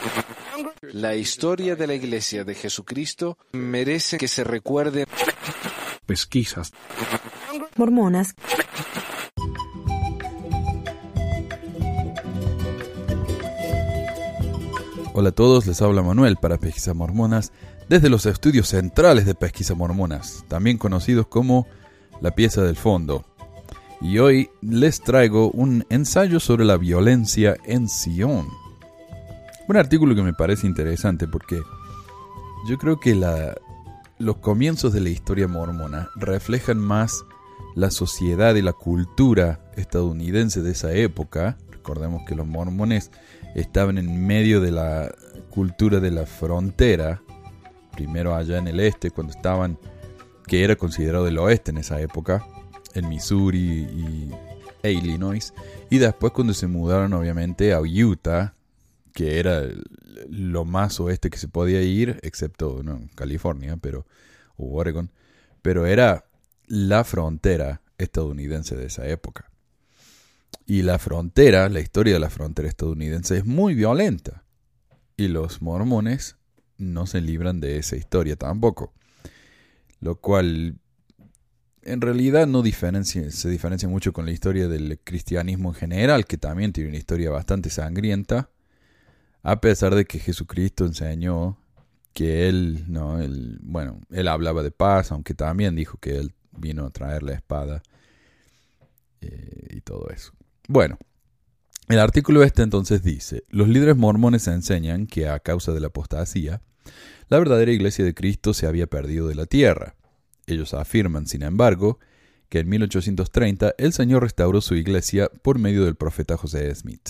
La historia de la Iglesia de Jesucristo merece que se recuerde. Pesquisas mormonas. Hola a todos, les habla Manuel para Pesquisas Mormonas desde los estudios centrales de Pesquisas Mormonas, también conocidos como La Pieza del Fondo. Y hoy les traigo un ensayo sobre la violencia en Sion. Un artículo que me parece interesante porque yo creo que los comienzos de la historia mormona reflejan más la sociedad y la cultura estadounidense de esa época. Recordemos que los mormones estaban en medio de la cultura de la frontera, primero allá en el este, que era considerado el oeste en esa época, en Missouri e Illinois, y después cuando se mudaron obviamente a Utah, que era lo más oeste que se podía ir, excepto California o Oregon, pero era la frontera estadounidense de esa época. Y la historia de la frontera estadounidense es muy violenta. Y los mormones no se libran de esa historia tampoco. Lo cual en realidad se diferencia mucho con la historia del cristianismo en general, que también tiene una historia bastante sangrienta. A pesar de que Jesucristo enseñó que él hablaba de paz, aunque también dijo que él vino a traer la espada y todo eso. Bueno, el artículo entonces dice: los líderes mormones enseñan que a causa de la apostasía, la verdadera iglesia de Cristo se había perdido de la tierra. Ellos afirman, sin embargo, que en 1830 el Señor restauró su iglesia por medio del profeta José Smith.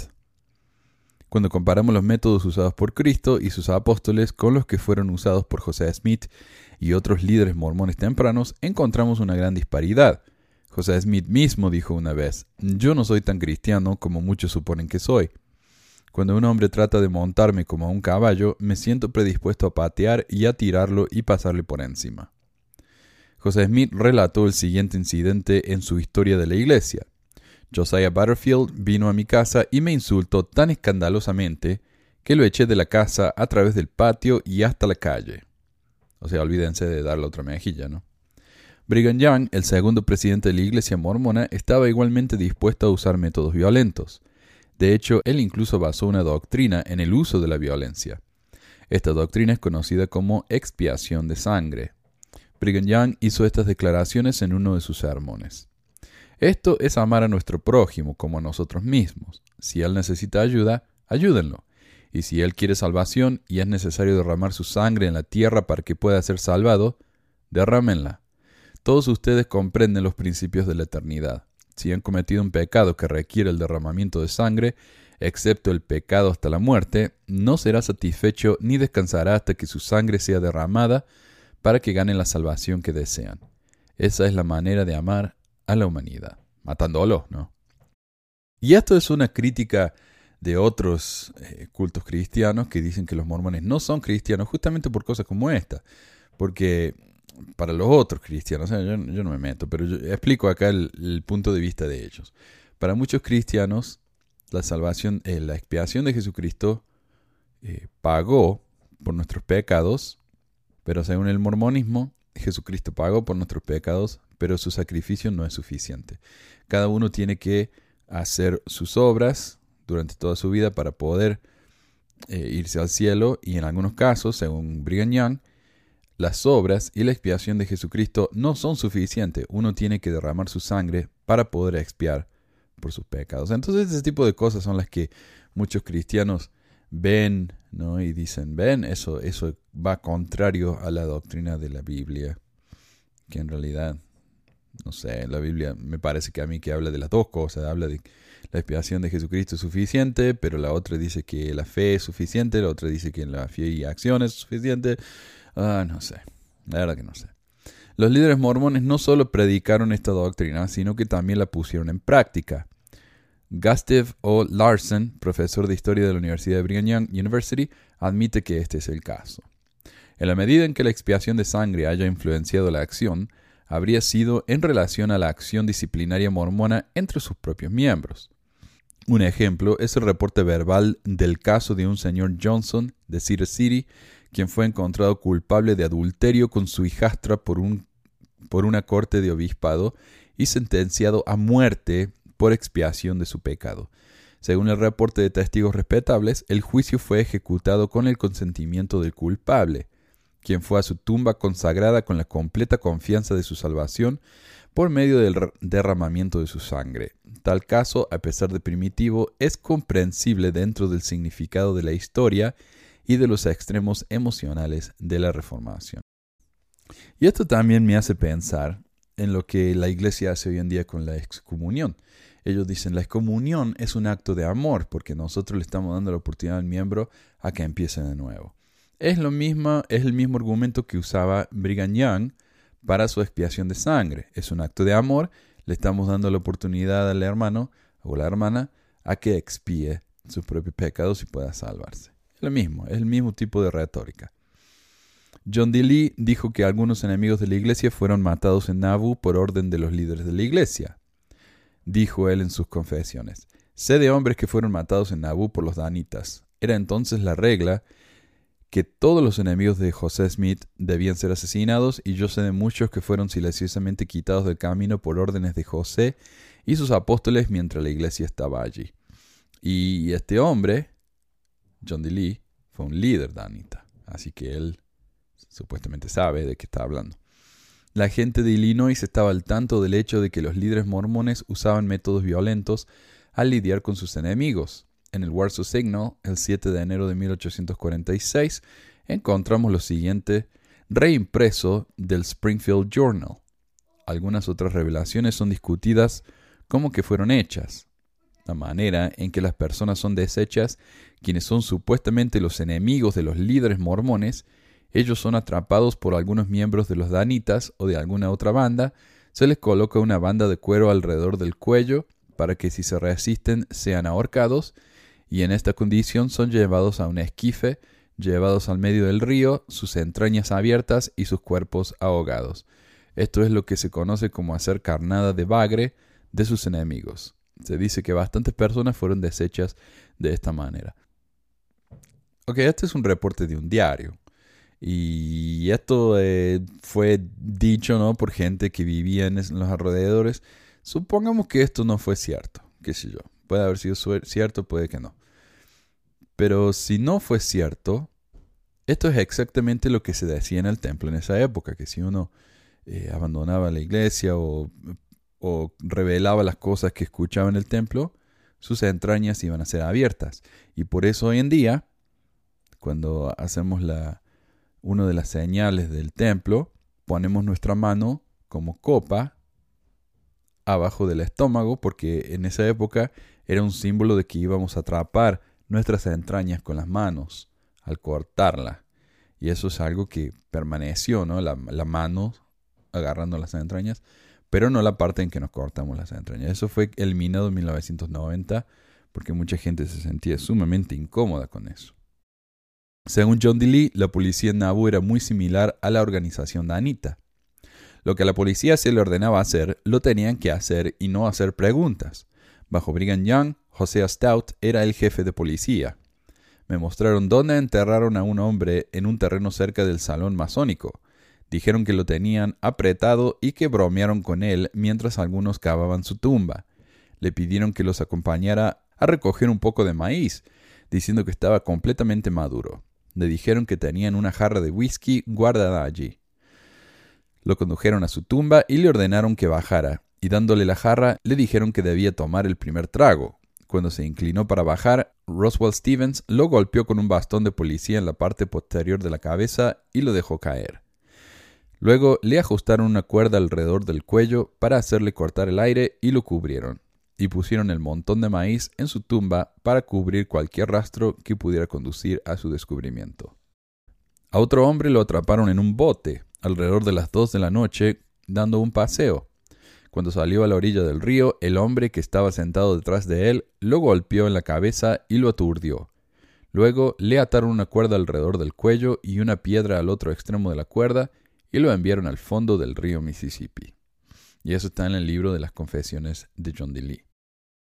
Cuando comparamos los métodos usados por Cristo y sus apóstoles con los que fueron usados por José Smith y otros líderes mormones tempranos, encontramos una gran disparidad. José Smith mismo dijo una vez: yo no soy tan cristiano como muchos suponen que soy. Cuando un hombre trata de montarme como a un caballo, me siento predispuesto a patear y a tirarlo y pasarle por encima. José Smith relató el siguiente incidente en su historia de la iglesia. Josiah Butterfield vino a mi casa y me insultó tan escandalosamente que lo eché de la casa a través del patio y hasta la calle. O sea, olvídense de darle otra mejilla, ¿no? Brigham Young, el segundo presidente de la iglesia mormona, estaba igualmente dispuesto a usar métodos violentos. De hecho, él incluso basó una doctrina en el uso de la violencia. Esta doctrina es conocida como expiación de sangre. Brigham Young hizo estas declaraciones en uno de sus sermones. Esto es amar a nuestro prójimo como a nosotros mismos. Si él necesita ayuda, ayúdenlo. Y si él quiere salvación y es necesario derramar su sangre en la tierra para que pueda ser salvado, derrámenla. Todos ustedes comprenden los principios de la eternidad. Si han cometido un pecado que requiere el derramamiento de sangre, excepto el pecado hasta la muerte, no será satisfecho ni descansará hasta que su sangre sea derramada para que ganen la salvación que desean. Esa es la manera de amar a la humanidad, matándolo, ¿no? Y esto es una crítica de otros cultos cristianos que dicen que los mormones no son cristianos justamente por cosas como esta. Porque para los otros cristianos, yo no me meto, pero yo explico acá el punto de vista de ellos. Para muchos cristianos, la salvación, la expiación de Jesucristo pagó por nuestros pecados, pero según el mormonismo, Jesucristo pagó por nuestros pecados, pero su sacrificio no es suficiente. Cada uno tiene que hacer sus obras durante toda su vida para poder irse al cielo, y en algunos casos, según Brigham Young, las obras y la expiación de Jesucristo no son suficientes. Uno tiene que derramar su sangre para poder expiar por sus pecados. Entonces, ese tipo de cosas son las que muchos cristianos ven, ¿no? Y dicen, eso va contrario a la doctrina de la Biblia. Que en realidad, no sé, la Biblia me parece que a mí que habla de las dos cosas. Habla de la expiación de Jesucristo es suficiente, pero la otra dice que la fe es suficiente, la otra dice que la fe y acción es suficiente. No sé, la verdad que no sé. Los líderes mormones no solo predicaron esta doctrina, sino que también la pusieron en práctica. Gustav O. Larson, profesor de historia de la Universidad de Brigham Young University, admite que este es el caso. En la medida en que la expiación de sangre haya influenciado la acción, habría sido en relación a la acción disciplinaria mormona entre sus propios miembros. Un ejemplo es el reporte verbal del caso de un señor Johnson de Cedar City, quien fue encontrado culpable de adulterio con su hijastra por una corte de obispado y sentenciado a muerte por expiación de su pecado. Según el reporte de testigos respetables, el juicio fue ejecutado con el consentimiento del culpable, quien fue a su tumba consagrada con la completa confianza de su salvación por medio del derramamiento de su sangre. Tal caso, a pesar de primitivo, es comprensible dentro del significado de la historia y de los extremos emocionales de la Reformación. Y esto también me hace pensar en lo que la Iglesia hace hoy en día con la excomunión. Ellos dicen, la excomunión es un acto de amor porque nosotros le estamos dando la oportunidad al miembro a que empiece de nuevo. Es el mismo argumento que usaba Brigham Young para su expiación de sangre. Es un acto de amor, le estamos dando la oportunidad al hermano o la hermana a que expíe sus propios pecados y pueda salvarse. Es el mismo tipo de retórica. John D. Lee dijo que algunos enemigos de la iglesia fueron matados en Nauvoo por orden de los líderes de la iglesia. Dijo él en sus confesiones, sé de hombres que fueron matados en Nauvoo por los danitas. Era entonces la regla que todos los enemigos de José Smith debían ser asesinados, y yo sé de muchos que fueron silenciosamente quitados del camino por órdenes de José y sus apóstoles mientras la iglesia estaba allí. Y este hombre, John D. Lee, fue un líder danita, así que él supuestamente sabe de qué está hablando. La gente de Illinois estaba al tanto del hecho de que los líderes mormones usaban métodos violentos al lidiar con sus enemigos. En el Warsaw Signal, el 7 de enero de 1846, encontramos lo siguiente reimpreso del Springfield Journal. Algunas otras revelaciones son discutidas como que fueron hechas. La manera en que las personas son deshechas, quienes son supuestamente los enemigos de los líderes mormones, ellos son atrapados por algunos miembros de los danitas o de alguna otra banda, se les coloca una banda de cuero alrededor del cuello para que si se resisten sean ahorcados, y en esta condición son llevados a un esquife, llevados al medio del río, sus entrañas abiertas y sus cuerpos ahogados. Esto es lo que se conoce como hacer carnada de bagre de sus enemigos. Se dice que bastantes personas fueron deshechas de esta manera. Ok, este es un reporte de un diario. Y esto fue dicho, ¿no?, por gente que vivía en los alrededores. Supongamos que esto no fue cierto, qué sé yo. Puede haber sido cierto, puede que no. Pero si no fue cierto, esto es exactamente lo que se decía en el templo en esa época, que si uno abandonaba la iglesia o revelaba las cosas que escuchaba en el templo, sus entrañas iban a ser abiertas. Y por eso hoy en día, cuando hacemos una de las señales del templo, ponemos nuestra mano como copa abajo del estómago, porque en esa época era un símbolo de que íbamos a atrapar nuestras entrañas con las manos al cortarla. Y eso es algo que permaneció, ¿no? La mano agarrando las entrañas, pero no la parte en que nos cortamos las entrañas. Eso fue eliminado en 1990 porque mucha gente se sentía sumamente incómoda con eso. Según John D. Lee, la policía en Nauvoo era muy similar a la organización danita. Lo que a la policía se le ordenaba hacer, lo tenían que hacer y no hacer preguntas. Bajo Brigham Young, Hosea Stout era el jefe de policía. Me mostraron dónde enterraron a un hombre en un terreno cerca del salón masónico. Dijeron que lo tenían apretado y que bromearon con él mientras algunos cavaban su tumba. Le pidieron que los acompañara a recoger un poco de maíz, diciendo que estaba completamente maduro. Le dijeron que tenían una jarra de whisky guardada allí. Lo condujeron a su tumba y le ordenaron que bajara, y dándole la jarra, le dijeron que debía tomar el primer trago. Cuando se inclinó para bajar, Roswell Stevens lo golpeó con un bastón de policía en la parte posterior de la cabeza y lo dejó caer. Luego le ajustaron una cuerda alrededor del cuello para hacerle cortar el aire y lo cubrieron, y pusieron el montón de maíz en su tumba para cubrir cualquier rastro que pudiera conducir a su descubrimiento. A otro hombre lo atraparon en un bote alrededor de las 2 de la noche dando un paseo. Cuando salió a la orilla del río, el hombre que estaba sentado detrás de él lo golpeó en la cabeza y lo aturdió. Luego le ataron una cuerda alrededor del cuello y una piedra al otro extremo de la cuerda y lo enviaron al fondo del río Mississippi. Y eso está en el libro de las confesiones de John D. Lee.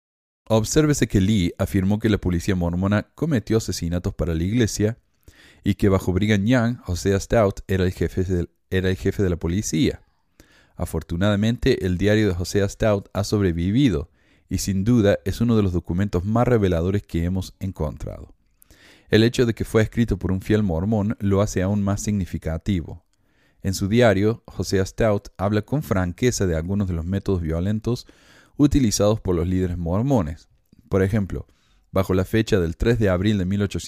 Obsérvese que Lee afirmó que la policía mormona cometió asesinatos para la iglesia y que bajo Brigham Young, Hosea Stout era el jefe de la policía. Afortunadamente, el diario de Hosea Stout ha sobrevivido y sin duda es uno de los documentos más reveladores que hemos encontrado. El hecho de que fue escrito por un fiel mormón lo hace aún más significativo. En su diario, Hosea Stout habla con franqueza de algunos de los métodos violentos utilizados por los líderes mormones. Por ejemplo, bajo la fecha del 3 de abril de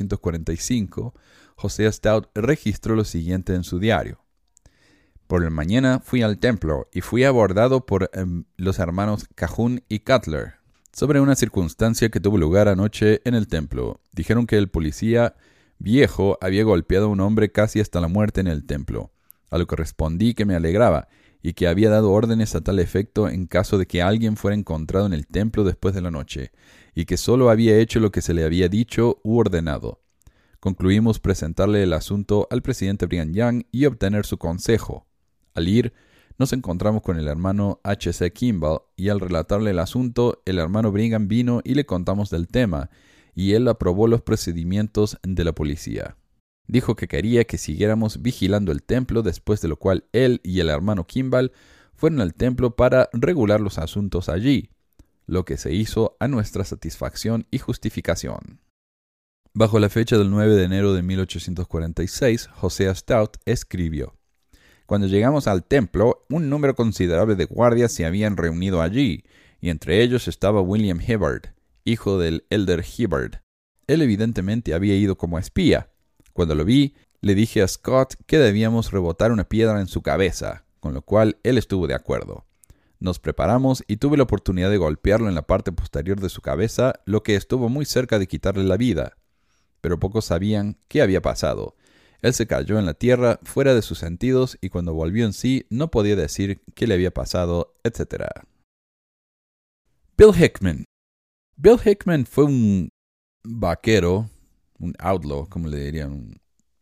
1845, Hosea Stout registró lo siguiente en su diario. Por la mañana fui al templo y fui abordado por los hermanos Cajun y Cutler sobre una circunstancia que tuvo lugar anoche en el templo. Dijeron que el policía viejo había golpeado a un hombre casi hasta la muerte en el templo, a lo que respondí que me alegraba y que había dado órdenes a tal efecto en caso de que alguien fuera encontrado en el templo después de la noche, y que solo había hecho lo que se le había dicho u ordenado. Concluimos presentarle el asunto al presidente Brigham Young y obtener su consejo. Al ir, nos encontramos con el hermano H.C. Kimball y al relatarle el asunto, el hermano Brigham vino y le contamos del tema, y él aprobó los procedimientos de la policía. Dijo que quería que siguiéramos vigilando el templo, después de lo cual él y el hermano Kimball fueron al templo para regular los asuntos allí, lo que se hizo a nuestra satisfacción y justificación. Bajo la fecha del 9 de enero de 1846, Hosea Stout escribió: Cuando llegamos al templo, un número considerable de guardias se habían reunido allí, y entre ellos estaba William Hibbard, hijo del elder Hibbard. Él evidentemente había ido como espía. Cuando lo vi, le dije a Scott que debíamos rebotar una piedra en su cabeza, con lo cual él estuvo de acuerdo. Nos preparamos y tuve la oportunidad de golpearlo en la parte posterior de su cabeza, lo que estuvo muy cerca de quitarle la vida. Pero pocos sabían qué había pasado. Él se cayó en la tierra, fuera de sus sentidos, y cuando volvió en sí, no podía decir qué le había pasado, etc. Bill Hickman. Bill Hickman fue un vaquero, un outlaw, como le dirían,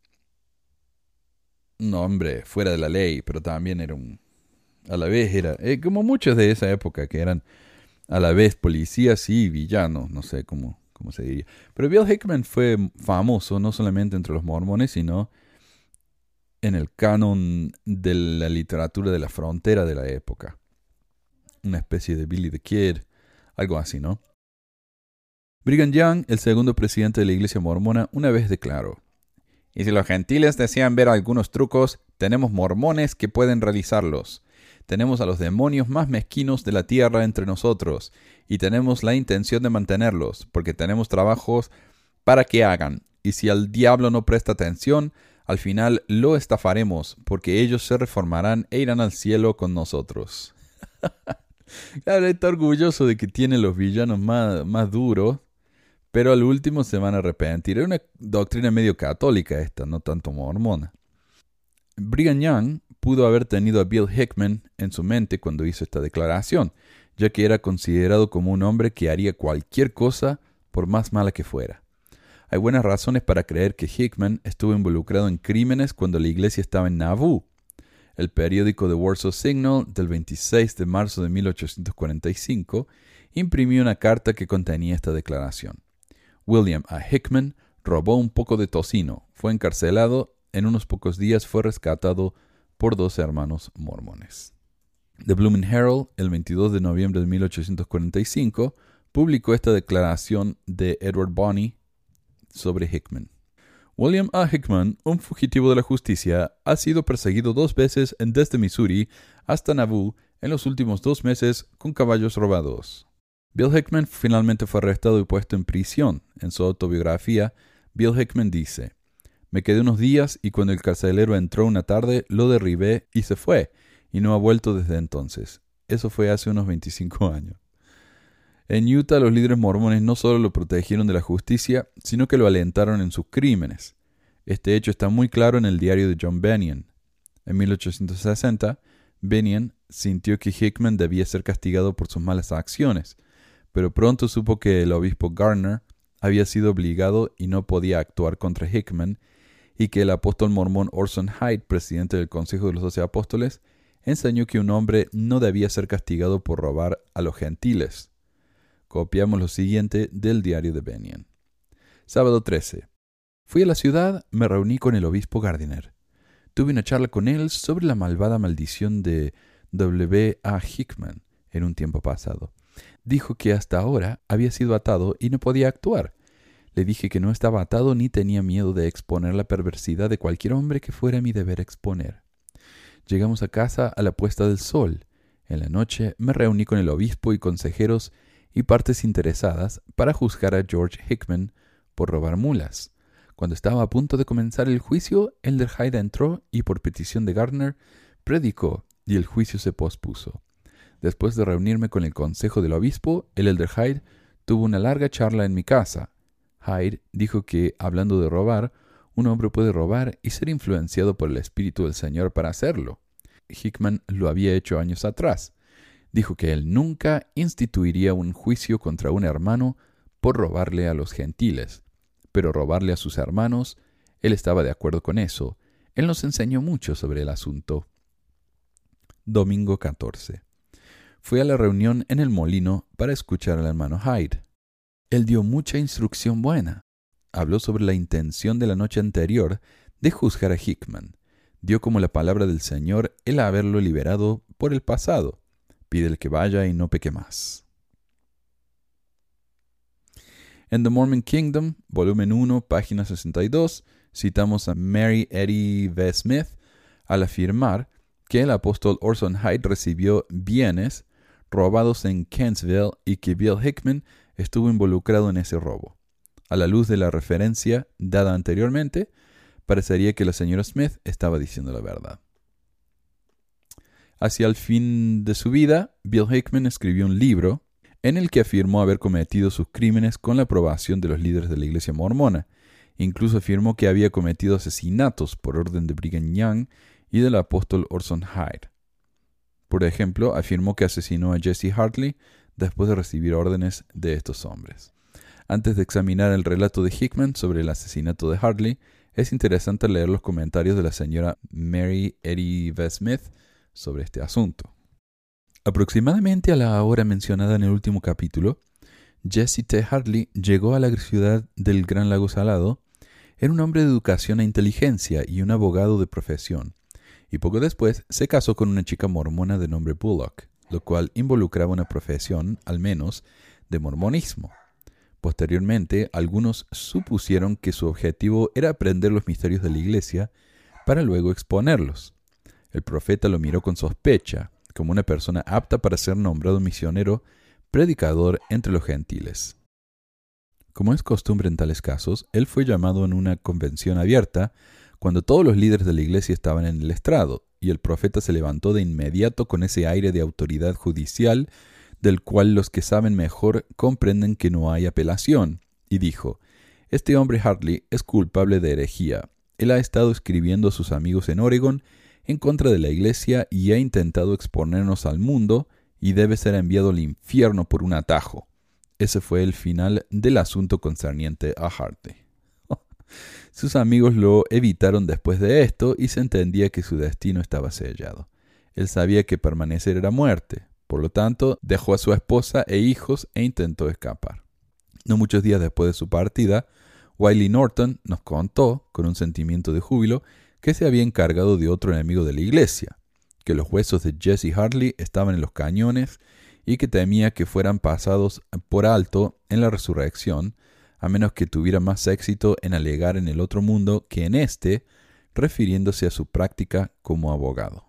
un hombre fuera de la ley, pero también era a la vez era, como muchos de esa época, que eran a la vez policías y villanos, no sé cómo se diría. Pero Bill Hickman fue famoso no solamente entre los mormones, sino en el canon de la literatura de la frontera de la época. Una especie de Billy the Kid, algo así, ¿no? Brigham Young, el segundo presidente de la iglesia mormona, una vez declaró: Y si los gentiles desean ver algunos trucos, tenemos mormones que pueden realizarlos. Tenemos a los demonios más mezquinos de la tierra entre nosotros, y tenemos la intención de mantenerlos, porque tenemos trabajos para que hagan, y si al diablo no presta atención, al final lo estafaremos, porque ellos se reformarán e irán al cielo con nosotros. Claro, está orgulloso de que tiene los villanos más duros, pero al último se van a arrepentir. Es una doctrina medio católica esta, no tanto mormona. Brigham Young pudo haber tenido a Bill Hickman en su mente cuando hizo esta declaración, ya que era considerado como un hombre que haría cualquier cosa por más mala que fuera. Hay buenas razones para creer que Hickman estuvo involucrado en crímenes cuando la iglesia estaba en Nauvoo. El periódico The Warsaw Signal del 26 de marzo de 1845 imprimió una carta que contenía esta declaración. William A. Hickman robó un poco de tocino, fue encarcelado, en unos pocos días fue rescatado por 2 hermanos mormones. The Blooming Herald, el 22 de noviembre de 1845, publicó esta declaración de Edward Bonney sobre Hickman. William A. Hickman, un fugitivo de la justicia, ha sido perseguido 2 veces desde Missouri hasta Nauvoo en los últimos 2 meses con caballos robados. Bill Hickman finalmente fue arrestado y puesto en prisión. En su autobiografía, Bill Hickman dice: Me quedé unos días y cuando el carcelero entró una tarde, lo derribé y se fue, y no ha vuelto desde entonces. Eso fue hace unos 25 años. En Utah, los líderes mormones no solo lo protegieron de la justicia, sino que lo alentaron en sus crímenes. Este hecho está muy claro en el diario de John Bunyan. En 1860, Bunyan sintió que Hickman debía ser castigado por sus malas acciones, pero pronto supo que el obispo Gardner había sido obligado y no podía actuar contra Hickman, y que el apóstol mormón Orson Hyde, presidente del Consejo de los 12 Apóstoles, enseñó que un hombre no debía ser castigado por robar a los gentiles. copiamos lo siguiente del diario de Bennion. Sábado 13. Fui a la ciudad, me reuní con el obispo Gardiner. Tuve una charla con él sobre la malvada maldición de W. A. Hickman en un tiempo pasado. Dijo que hasta ahora había sido atado y no podía actuar. Le dije que no estaba atado ni tenía miedo de exponer la perversidad de cualquier hombre que fuera mi deber exponer. Llegamos a casa a la puesta del sol. En la noche me reuní con el obispo y consejeros y partes interesadas para juzgar a George Hickman por robar mulas. Cuando estaba a punto de comenzar el juicio, Elder Hyde entró y por petición de Gardner predicó y el juicio se pospuso. Después de reunirme con el consejo del obispo, el Elder Hyde tuvo una larga charla en mi casa. Hyde dijo que, hablando de robar, un hombre puede robar y ser influenciado por el Espíritu del Señor para hacerlo. Hickman lo había hecho años atrás. Dijo que él nunca instituiría un juicio contra un hermano por robarle a los gentiles, pero robarle a sus hermanos, él estaba de acuerdo con eso. Él nos enseñó mucho sobre el asunto. Domingo 14. Fui a la reunión en el molino para escuchar al hermano Hyde. Él dio mucha instrucción buena. Habló sobre la intención de la noche anterior de juzgar a Hickman. Dio como la palabra del Señor el haberlo liberado por el pasado. Pídele que vaya y no peque más. En The Mormon Kingdom, volumen 1, página 62, citamos a Mary Eddy V. Smith al afirmar que el apóstol Orson Hyde recibió bienes robados en Kentsville y que Bill Hickman estuvo involucrado en ese robo. A la luz de la referencia dada anteriormente, parecería que la señora Smith estaba diciendo la verdad. Hacia el fin de su vida, Bill Hickman escribió un libro en el que afirmó haber cometido sus crímenes con la aprobación de los líderes de la Iglesia mormona. Incluso afirmó que había cometido asesinatos por orden de Brigham Young y del apóstol Orson Hyde. Por ejemplo, afirmó que asesinó a Jesse Hartley después de recibir órdenes de estos hombres. Antes de examinar el relato de Hickman sobre el asesinato de Hartley, es interesante leer los comentarios de la señora Mary Eddy V. Smith sobre este asunto. Aproximadamente a la hora mencionada en el último capítulo, Jesse T. Hartley llegó a la ciudad del Gran Lago Salado. Era un hombre de educación e inteligencia y un abogado de profesión, y poco después se casó con una chica mormona de nombre Bullock, lo cual involucraba una profesión, al menos, de mormonismo. Posteriormente, algunos supusieron que su objetivo era aprender los misterios de la Iglesia para luego exponerlos. El profeta lo miró con sospecha, como una persona apta para ser nombrado misionero, predicador entre los gentiles. Como es costumbre en tales casos, él fue llamado en una convención abierta cuando todos los líderes de la iglesia estaban en el estrado, y el profeta se levantó de inmediato con ese aire de autoridad judicial del cual los que saben mejor comprenden que no hay apelación, y dijo: «Este hombre Hartley es culpable de herejía. Él ha estado escribiendo a sus amigos en Oregon en contra de la iglesia y ha intentado exponernos al mundo y debe ser enviado al infierno por un atajo». Ese fue el final del asunto concerniente a Hartley. Sus amigos lo evitaron después de esto y se entendía que su destino estaba sellado. Él sabía que permanecer era muerte. Por lo tanto, dejó a su esposa e hijos e intentó escapar. No muchos días después de su partida, Wiley Norton nos contó, con un sentimiento de júbilo, que se había encargado de otro enemigo de la iglesia, que los huesos de Jesse Hartley estaban en los cañones y que temía que fueran pasados por alto en la resurrección, a menos que tuviera más éxito en alegar en el otro mundo que en este, refiriéndose a su práctica como abogado.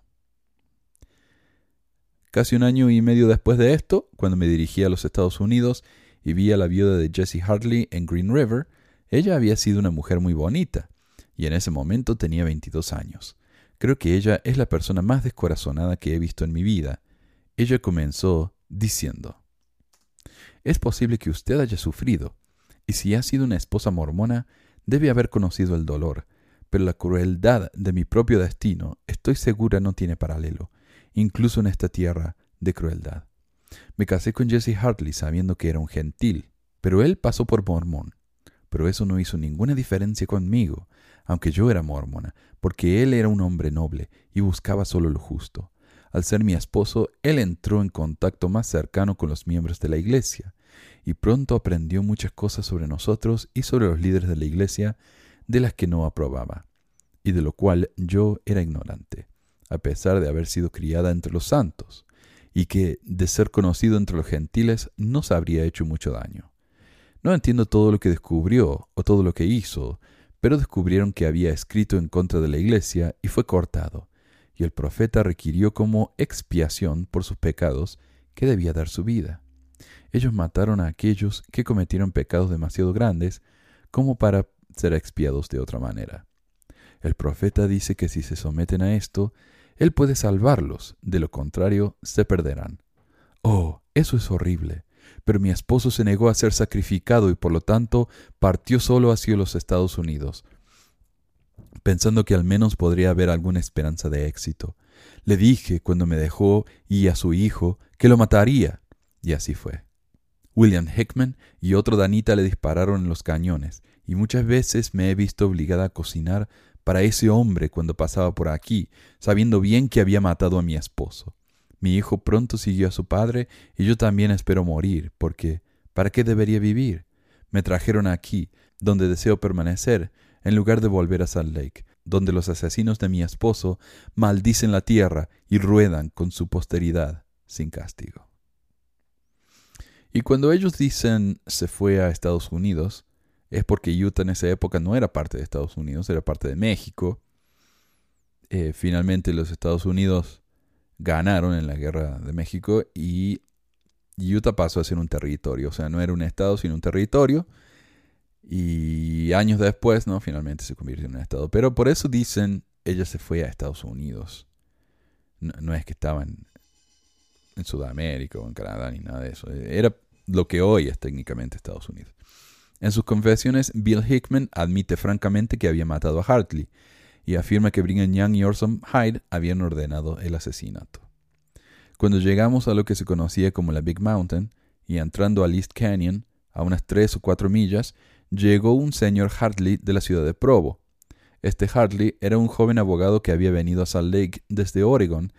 Casi un año y medio después de esto, cuando me dirigí a los Estados Unidos y vi a la viuda de Jesse Hartley en Green River, ella había sido una mujer muy bonita, y en ese momento tenía 22 años. Creo que ella es la persona más descorazonada que he visto en mi vida. Ella comenzó diciendo: «Es posible que usted haya sufrido, y si ha sido una esposa mormona, debe haber conocido el dolor, pero la crueldad de mi propio destino, estoy segura, no tiene paralelo, incluso en esta tierra de crueldad. Me casé con Jesse Hartley sabiendo que era un gentil, pero él pasó por mormón. Pero eso no hizo ninguna diferencia conmigo, aunque yo era mormona, porque él era un hombre noble y buscaba solo lo justo. al ser mi esposo, él entró en contacto más cercano con los miembros de la iglesia y pronto aprendió muchas cosas sobre nosotros y sobre los líderes de la iglesia de las que no aprobaba, y de lo cual yo era ignorante, a pesar de haber sido criada entre los santos, y que, de ser conocido entre los gentiles, no se habría hecho mucho daño. No entiendo todo lo que descubrió o todo lo que hizo, pero descubrieron que había escrito en contra de la iglesia y fue cortado, y el profeta requirió como expiación por sus pecados que debía dar su vida. Ellos mataron a aquellos que cometieron pecados demasiado grandes como para ser expiados de otra manera. El profeta dice que si se someten a esto, él puede salvarlos, de lo contrario se perderán. Oh, eso es horrible. Pero mi esposo se negó a ser sacrificado y por lo tanto partió solo hacia los Estados Unidos, pensando que al menos podría haber alguna esperanza de éxito. Le dije cuando me dejó y a su hijo que lo mataría, y así fue. William Hickman y otro danita le dispararon en los cañones, y muchas veces me he visto obligada a cocinar para ese hombre cuando pasaba por aquí, sabiendo bien que había matado a mi esposo. Mi hijo pronto siguió a su padre y yo también espero morir, porque ¿para qué debería vivir? Me trajeron aquí, donde deseo permanecer, en lugar de volver a Salt Lake, donde los asesinos de mi esposo maldicen la tierra y ruedan con su posteridad sin castigo. Y cuando ellos dicen se fue a Estados Unidos, es porque Utah en esa época no era parte de Estados Unidos, era parte de México. Finalmente los Estados Unidos ganaron en la guerra de México y Utah pasó a ser un territorio. O sea, no era un estado, sino un territorio. Y años después, ¿no? Finalmente se convirtió en un estado. Pero por eso dicen, ella se fue a Estados Unidos. No es que estaba en Sudamérica o en Canadá ni nada de eso. Era lo que hoy es técnicamente Estados Unidos. En sus confesiones, Bill Hickman admite francamente que había matado a Hartley y afirma que Brigham Young y Orson Hyde habían ordenado el asesinato. Cuando llegamos a lo que se conocía como la Big Mountain y entrando al East Canyon, a unas 3 o 4 millas, llegó un señor Hartley de la ciudad de Provo. Este Hartley era un joven abogado que había venido a Salt Lake desde Oregon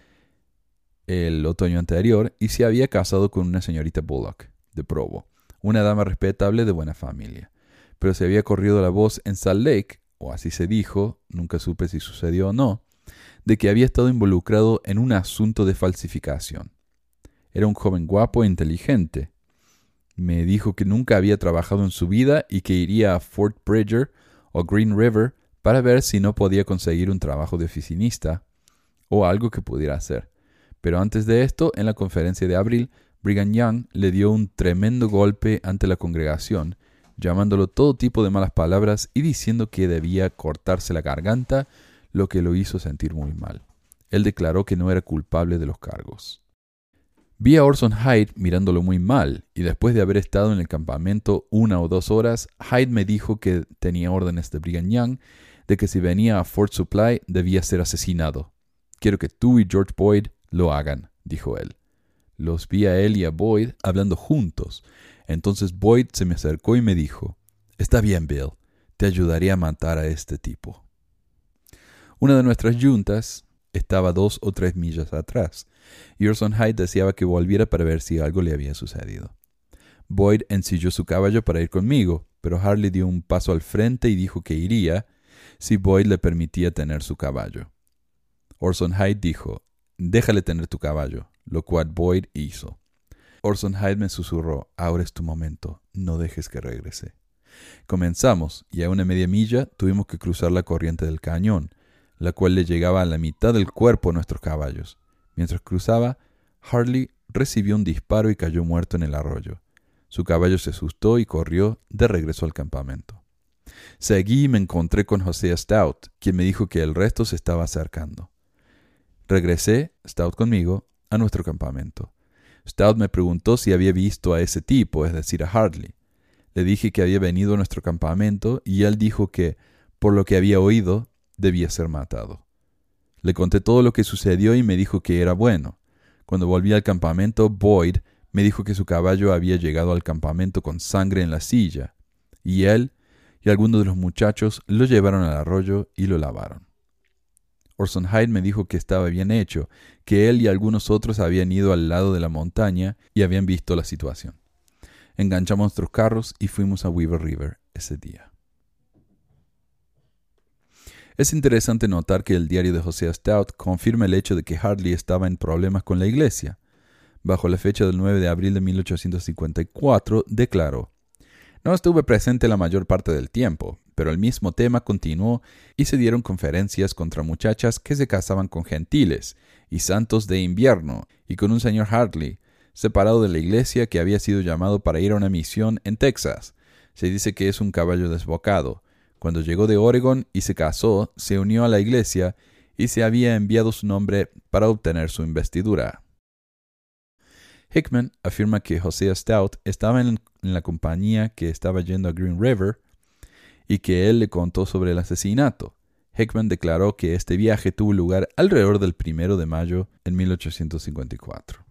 el otoño anterior y se había casado con una señorita Bullock de Provo, una dama respetable de buena familia. Pero se había corrido la voz en Salt Lake, o así se dijo, nunca supe si sucedió o no, de que había estado involucrado en un asunto de falsificación. Era un joven guapo e inteligente. Me dijo que nunca había trabajado en su vida y que iría a Fort Bridger o Green River para ver si no podía conseguir un trabajo de oficinista o algo que pudiera hacer. Pero antes de esto, en la conferencia de abril, Brigham Young le dio un tremendo golpe ante la congregación, llamándolo todo tipo de malas palabras y diciendo que debía cortarse la garganta, lo que lo hizo sentir muy mal. Él declaró que no era culpable de los cargos. Vi a Orson Hyde mirándolo muy mal, y después de haber estado en el campamento 1 o 2 horas, Hyde me dijo que tenía órdenes de Brigham Young de que si venía a Fort Supply debía ser asesinado. Quiero que tú y George Boyd lo hagan, dijo él. Los vi a él y a Boyd hablando juntos. Entonces Boyd se me acercó y me dijo, «Está bien, Bill, te ayudaré a matar a este tipo». Una de nuestras yuntas estaba 2 o 3 millas atrás, y Orson Hyde deseaba que volviera para ver si algo le había sucedido. Boyd ensilló su caballo para ir conmigo, pero Hartley dio un paso al frente y dijo que iría si Boyd le permitía tener su caballo. Orson Hyde dijo, «Déjale tener tu caballo», lo cual Boyd hizo. Orson Hyde me susurró, «Ahora es tu momento, no dejes que regrese». Comenzamos, y a una media milla tuvimos que cruzar la corriente del cañón, la cual le llegaba a la mitad del cuerpo a nuestros caballos. Mientras cruzaba, Hartley recibió un disparo y cayó muerto en el arroyo. Su caballo se asustó y corrió de regreso al campamento. Seguí y me encontré con Hosea Stout, quien me dijo que el resto se estaba acercando. Regresé, Stout conmigo, a nuestro campamento. Stout me preguntó si había visto a ese tipo, es decir, a Hartley. Le dije que había venido a nuestro campamento y él dijo que, por lo que había oído, debía ser matado. Le conté todo lo que sucedió y me dijo que era bueno. Cuando volví al campamento, Boyd me dijo que su caballo había llegado al campamento con sangre en la silla, y él y algunos de los muchachos lo llevaron al arroyo y lo lavaron. Orson Hyde me dijo que estaba bien hecho, que él y algunos otros habían ido al lado de la montaña y habían visto la situación. Enganchamos nuestros carros y fuimos a Weaver River ese día. Es interesante notar que el diario de Josiah Stout confirma el hecho de que Hartley estaba en problemas con la iglesia. Bajo la fecha del 9 de abril de 1854, declaró: «No estuve presente la mayor parte del tiempo, pero el mismo tema continuó y se dieron conferencias contra muchachas que se casaban con gentiles y santos de invierno y con un señor Hartley, separado de la iglesia, que había sido llamado para ir a una misión en Texas. Se dice que es un caballo desbocado. Cuando llegó de Oregon y se casó, se unió a la iglesia y se había enviado su nombre para obtener su investidura». Hickman afirma que Josiah Stout estaba en la compañía que estaba yendo a Green River y que él le contó sobre el asesinato. Hickman declaró que este viaje tuvo lugar alrededor del 1 de mayo en 1854.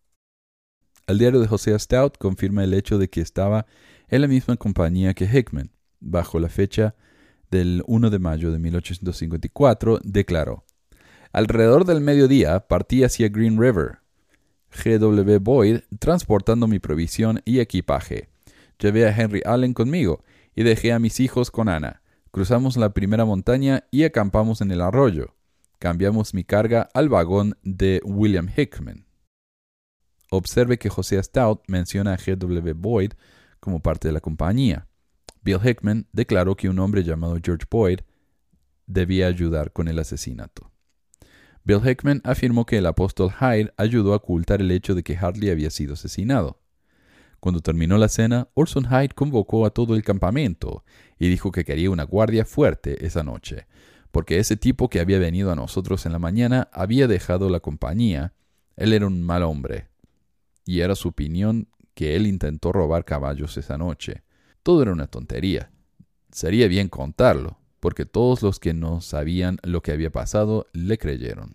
El diario de Josiah Stout confirma el hecho de que estaba en la misma compañía que Hickman. Bajo la fecha del 1 de mayo de 1854, declaró: «Alrededor del mediodía partí hacia Green River. G.W. Boyd transportando mi provisión y equipaje. Llevé a Henry Allen conmigo y dejé a mis hijos con Ana. Cruzamos la primera montaña y acampamos en el arroyo. Cambiamos mi carga al vagón de William Hickman». Observe que Josiah Stout menciona a G.W. Boyd como parte de la compañía. Bill Hickman declaró que un hombre llamado George Boyd debía ayudar con el asesinato. Bill Hickman afirmó que el apóstol Hyde ayudó a ocultar el hecho de que Hartley había sido asesinado. Cuando terminó la cena, Orson Hyde convocó a todo el campamento y dijo que quería una guardia fuerte esa noche, porque ese tipo que había venido a nosotros en la mañana había dejado la compañía. Él era un mal hombre, y era su opinión que él intentó robar caballos esa noche. Todo era una tontería. Sería bien contarlo, porque todos los que no sabían lo que había pasado le creyeron.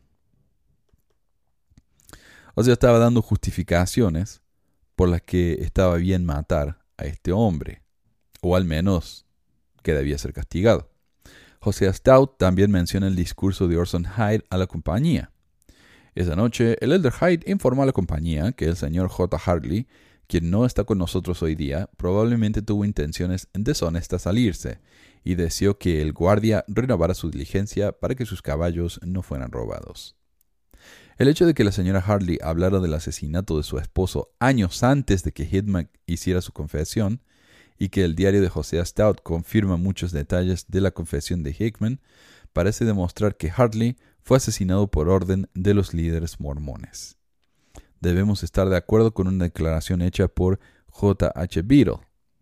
O sea, estaba dando justificaciones por las que estaba bien matar a este hombre, o al menos que debía ser castigado. Josiah Stout también menciona el discurso de Orson Hyde a la compañía. Esa noche, el elder Hyde informó a la compañía que el señor J. Hartley, quien no está con nosotros hoy día, probablemente tuvo intenciones deshonestas al irse, y deseó que el guardia renovara su diligencia para que sus caballos no fueran robados. El hecho de que la señora Hartley hablara del asesinato de su esposo años antes de que Hickman hiciera su confesión, y que el diario de Josiah Stout confirma muchos detalles de la confesión de Hickman, parece demostrar que Hartley fue asesinado por orden de los líderes mormones. Debemos estar de acuerdo con una declaración hecha por J. H. Beadle.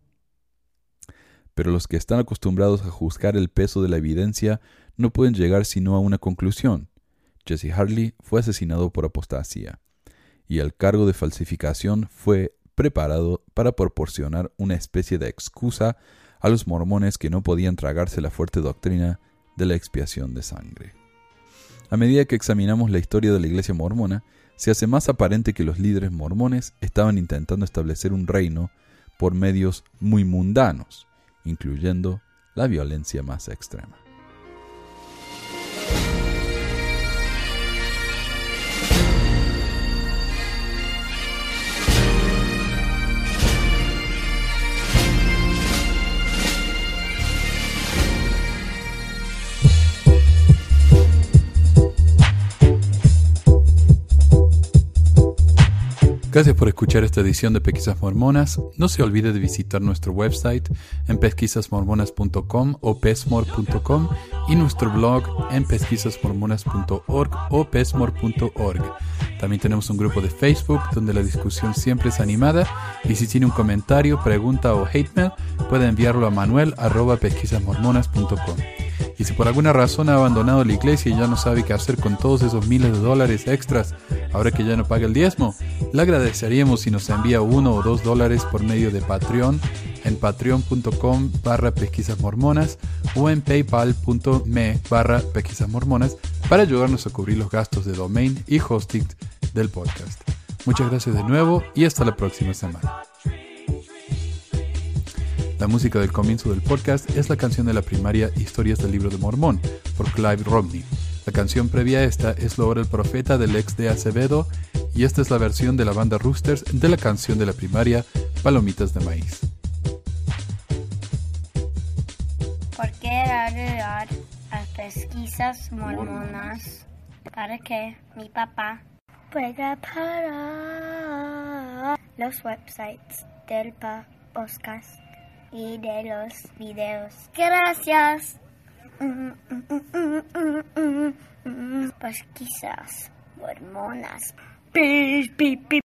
Pero los que están acostumbrados a juzgar el peso de la evidencia no pueden llegar sino a una conclusión. Jesse Hartley fue asesinado por apostasía, y el cargo de falsificación fue preparado para proporcionar una especie de excusa a los mormones que no podían tragarse la fuerte doctrina de la expiación de sangre. A medida que examinamos la historia de la iglesia mormona, se hace más aparente que los líderes mormones estaban intentando establecer un reino por medios muy mundanos, incluyendo la violencia más extrema. Gracias por escuchar esta edición de Pesquisas Mormonas. No se olvide de visitar nuestro website en pesquisasmormonas.com o pesmor.com y nuestro blog en pesquisasmormonas.org o pesmor.org. También tenemos un grupo de Facebook donde la discusión siempre es animada, y si tiene un comentario, pregunta o hate mail, puede enviarlo a manuel@pesquisasmormonas.com. Y si por alguna razón ha abandonado la iglesia y ya no sabe qué hacer con todos esos miles de dólares extras ahora que ya no paga el diezmo, le agradeceríamos si nos envía $1 o $2 por medio de Patreon en patreon.com/pesquisasmormonas o en paypal.me/pesquisasmormonas para ayudarnos a cubrir los gastos de domain y hosting del podcast. Muchas gracias de nuevo y hasta la próxima semana. La música del comienzo del podcast es la canción de la primaria Historias del Libro de Mormón por Clive Romney. La canción previa a esta es Lo Ora el Profeta del ex de Acevedo, y esta es la versión de la banda Roosters de la canción de la primaria Palomitas de Maíz. ¿Por qué ayudar a pesquisas mormonas para que mi papá pueda parar los websites del podcast y de los videos? Gracias. Pesquisas mormonas. Pi, pi, pi,